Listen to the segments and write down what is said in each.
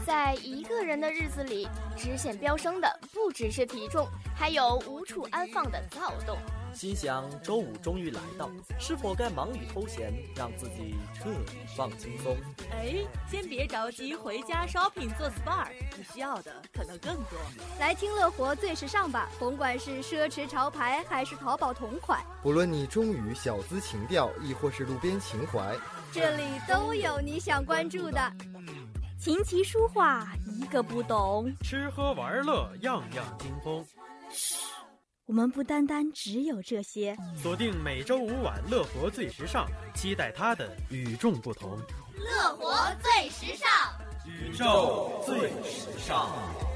在一个人的日子里，直线飙升的不只是体重，还有无处安放的躁动。 心想周五终于来到，是否该忙里偷闲，让自己彻底放轻松？ 先别着急回家 shopping 做 SPA， 你需要的可能更多。 来听乐活最时尚吧，甭管是奢侈潮牌还是淘宝同款， 不论你忠于小资情调，亦或是路边情怀， 这里都有你想关注的。 琴棋书画一个不懂， 吃喝玩乐样样精通。 嘘，我们不单单只有这些。 锁定每周五晚乐活最时尚，期待它的与众不同。 乐活最时尚， 宇宙最时尚。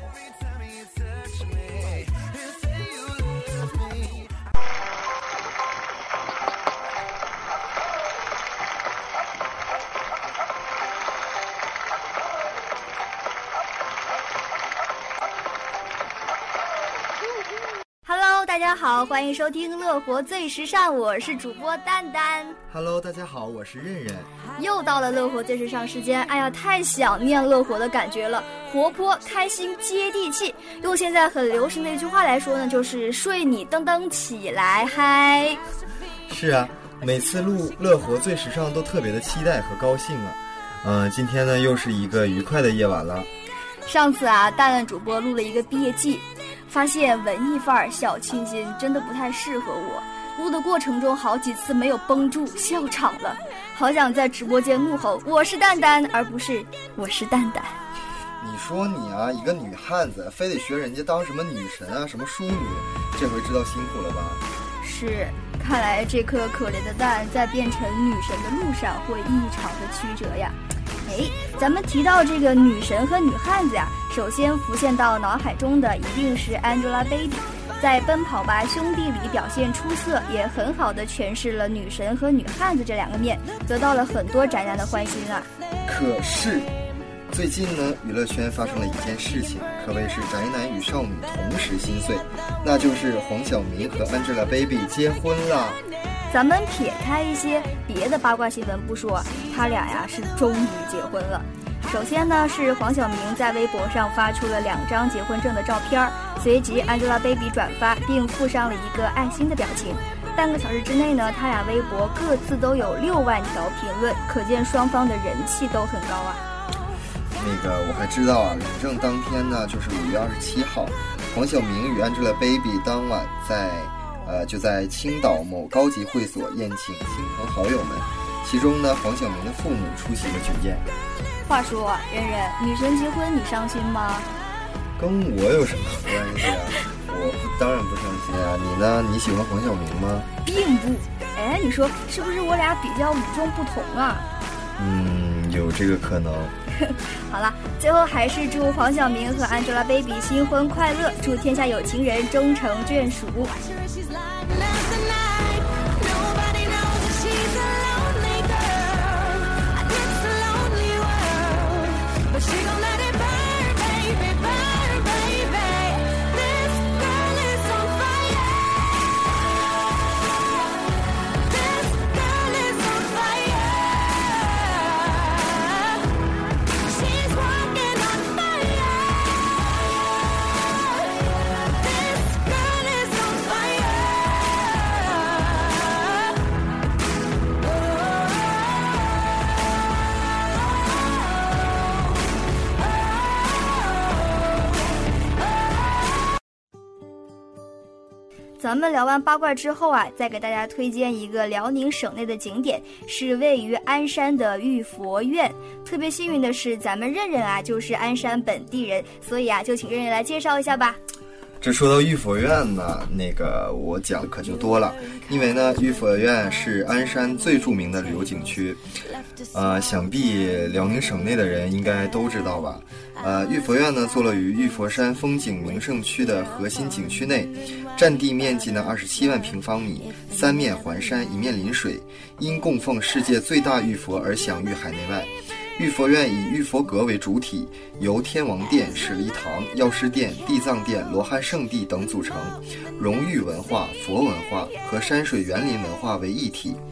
大家好，欢迎收听乐活最时尚，我是主播蛋蛋。 Hello， 大家好，我是任任。 又到了乐活最时尚时间，哎呀，太想念乐活的感觉了，活泼开心接地气。用现在很流行的一句话来说呢，就是睡你噔噔起来嗨。 是啊，每次录乐活最时尚都特别的期待和高兴啊。今天呢又是一个愉快的夜晚了。 上次啊，蛋蛋主播录了一个毕业季，发现文艺范儿小清新真的不太适合我，录的过程中好几次没有绷住笑场了，好想在直播间怒吼我是蛋蛋，而不是我是蛋蛋。 你说你啊，一个女汉子非得学人家当什么女神啊，什么淑女，这回知道辛苦了吧？ 是，看来这颗可怜的蛋在变成女神的路上会异常的曲折呀。咱们提到这个女神和女汉子呀，首先浮现到脑海中的一定是 Angelababy， 在《奔跑吧兄弟》里表现出色，也很好的诠释了女神和女汉子这两个面，得到了很多宅男的欢心啊。 可是最近呢，娱乐圈发生了一件事情，可谓是宅男与少女同时心碎，那就是黄晓明和 Angelababy 结婚了。 咱们撇开一些别的八卦新闻不说，他俩呀是终于结婚了。首先呢，是黄晓明在微博上发出了2张结婚证的照片，随即 Angelababy 转发并附上了一个爱心的表情。半个小时之内呢，他俩微博各自都有6万条评论，可见双方的人气都很高啊。 我还知道啊，领证当天呢，就是5月27号，黄晓明与 Angelababy 当晚就在青岛某高级会所宴请亲朋好友们，其中呢，黄晓明的父母出席了酒宴。 话说啊，任任，女神结婚你伤心吗？ 跟我有什么关系啊？当然不伤心啊。你呢？你喜欢黄晓明吗？ 并不。你说是不是我俩比较与众不同啊？ 有这个可能。 好了，最后还是祝黄晓明和 Angelababy 新婚快乐，祝天下有情人终成眷属。咱们聊完八卦之后啊，再给大家推荐一个辽宁省内的景点，是位于鞍山的玉佛院。特别幸运的是，咱们任任啊就是鞍山本地人，所以啊就请任任来介绍一下吧。 这说到玉佛院呢，我讲可就多了，因为呢，玉佛院是鞍山最著名的旅游景区，想必辽宁省内的人应该都知道吧。玉佛院呢，坐落于玉佛山风景名胜区的核心景区内，占地面积呢27万平方米，3面环山，1面临水，因供奉世界最大玉佛而享誉海内外。玉佛院以玉佛阁为主体，由天王殿、舍利堂、药师殿、地藏殿、罗汉圣地等组成，融玉文化、佛文化和山水园林文化为一体。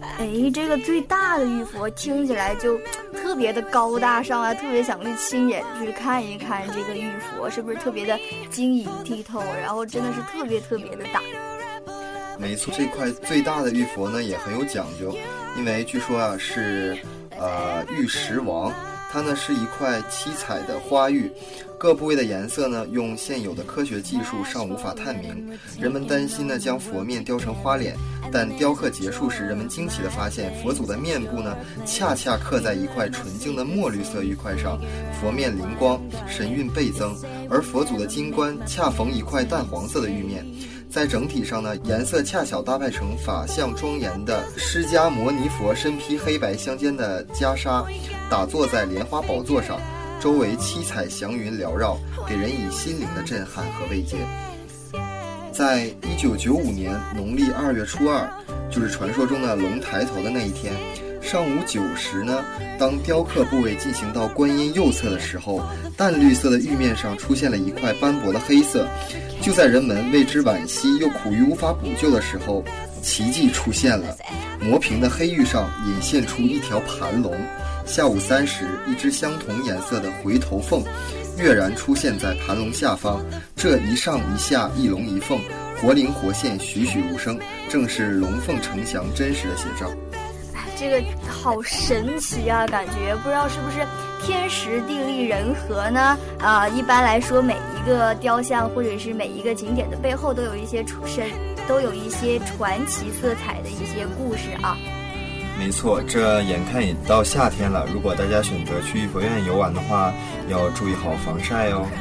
这个最大的玉佛听起来就特别的高大上啊，特别想去亲眼去看一看这个玉佛是不是特别的晶莹剔透，然后真的是特别特别的大。 没错，这块最大的玉佛呢也很有讲究，因为据说啊是玉石王，它呢是一块七彩的花玉，各部位的颜色呢用现有的科学技术尚无法探明，人们担心呢将佛面雕成花脸，但雕刻结束时，人们惊奇地发现佛祖的面部呢恰恰刻在一块纯净的墨绿色玉块上，佛面灵光，神韵倍增，而佛祖的金冠恰逢一块淡黄色的玉面。在整体上呢，颜色恰巧搭配成法相庄严的释迦牟尼佛身披黑白相间的袈裟，打坐在莲花宝座上，周围七彩祥云缭绕，给人以心灵的震撼和慰藉。在1995年农历2月初2，就是传说中的龙抬头的那一天，上午9时呢，当雕刻部位进行到观音右侧的时候，淡绿色的玉面上出现了一块斑驳的黑色。就在人们为之惋惜又苦于无法补救的时候，奇迹出现了，磨平的黑玉上隐现出一条盘龙。下午3时，一只相同颜色的回头凤跃然出现在盘龙下方，这一上一下，一龙一凤，活灵活现，栩栩如生，正是龙凤呈祥真实的写照。 这个好神奇啊，感觉不知道是不是天时地利人和呢？一般来说，每一个雕像或者是每一个景点的背后都有一些传奇色彩的一些故事啊。 没错，这眼看也到夏天了，如果大家选择去玉佛院游玩的话，要注意好防晒哦。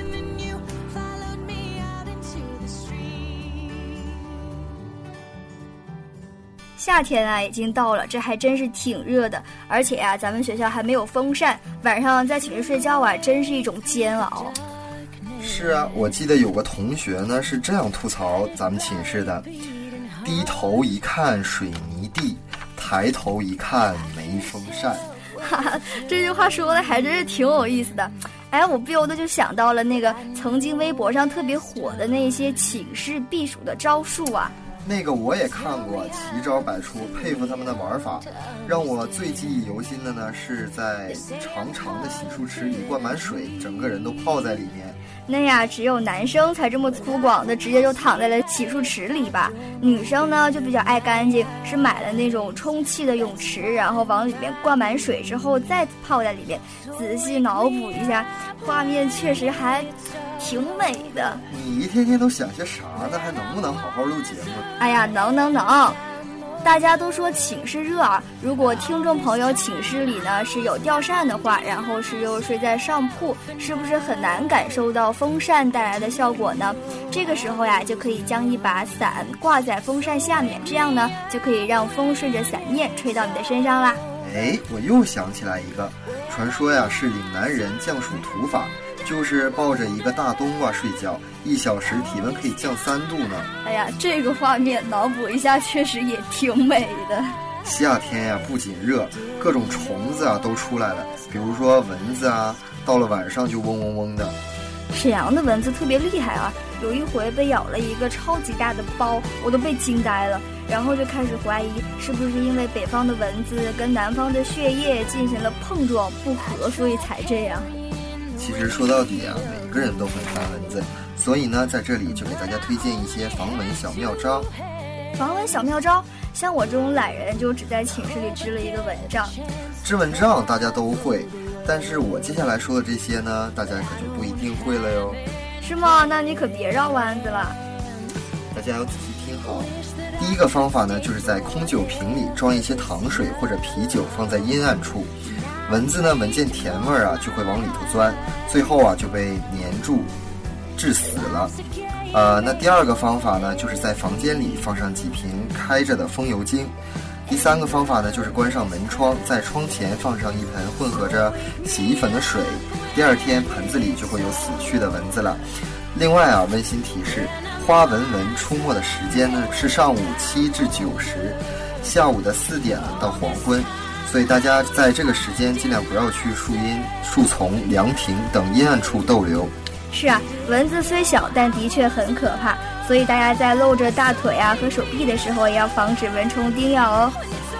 夏天啊已经到了，这还真是挺热的，而且啊咱们学校还没有风扇，晚上在寝室睡觉啊真是一种煎熬。 是啊，我记得有个同学呢是这样吐槽咱们寝室的：低头一看水泥地，抬头一看没风扇。 这句话说的还真是挺有意思的。我不由得就想到了那个曾经微博上特别火的那些寝室避暑的招数啊。 那个我也看过，奇招百出，佩服他们的玩法。让我最记忆犹新的呢，是在长长的洗漱池里灌满水，整个人都泡在里面。 那呀，只有男生才这么粗犷的，直接就躺在了洗漱池里吧。女生呢就比较爱干净，是买了那种充气的泳池，然后往里面灌满水之后再泡在里面。仔细脑补一下，画面确实还挺美的。 你一天天都想些啥呢？还能不能好好录节目？ 哎呀，能。大家都说寝室热啊，如果听众朋友寝室里呢是有吊扇的话，然后是又睡在上铺，是不是很难感受到风扇带来的效果呢？这个时候呀，就可以将一把伞挂在风扇下面，这样呢就可以让风顺着伞面吹到你的身上啦。 我又想起来一个传说呀，是岭南人降暑土法，就是抱着一个大冬瓜睡觉，1小时体温可以降3度呢。 哎呀，这个画面脑补一下确实也挺美的。 夏天呀，不仅热，各种虫子啊都出来了，比如说蚊子啊，到了晚上就嗡嗡嗡的。 沈阳的蚊子特别厉害啊，有一回被咬了一个超级大的包，我都被惊呆了，然后就开始怀疑是不是因为北方的蚊子跟南方的血液进行了碰撞不合，所以才这样。 其实说到底啊，每个人都很怕蚊子，所以呢，在这里就给大家推荐一些防蚊小妙招。 防蚊小妙招，像我这种懒人就只在寝室里织了一个蚊帐。 织蚊帐大家都会，但是我接下来说的这些呢，大家可就不一定会了哟。 是吗？那你可别绕弯子了。 大家要仔细听好。第一个方法呢，就是在空酒瓶里装一些糖水或者啤酒，放在阴暗处。蚊子呢闻见甜味啊，就会往里头钻，最后啊就被粘住致死了。那第二个方法呢，就是在房间里放上几瓶开着的风油精。第三个方法呢，就是关上门窗，在窗前放上一盆混合着洗衣粉的水，第二天盆子里就会有死去的蚊子了。另外啊，温馨提示，花蚊出没的时间呢是上午7至9时，下午的4点到黄昏。所以大家在这个时间尽量不要去树荫、树丛、凉亭等阴暗处逗留。 是啊，蚊子虽小，但的确很可怕，所以大家在露着大腿啊和手臂的时候，也要防止蚊虫叮咬哦。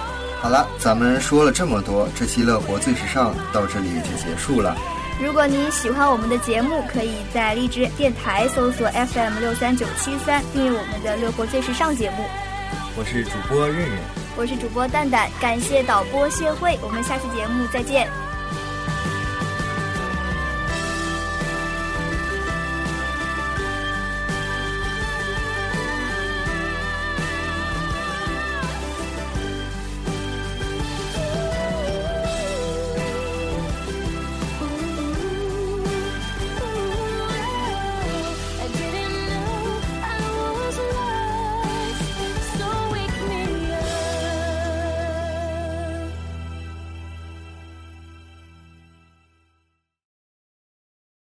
好了，咱们说了这么多，这期乐活最时尚到这里就结束了。 如果你喜欢我们的节目，可以在荔枝电台搜索 FM63973，订阅我们的乐活最时尚节目。 我是主播任任， 我是主播蛋蛋，感谢导播谢慧，我们下期节目再见。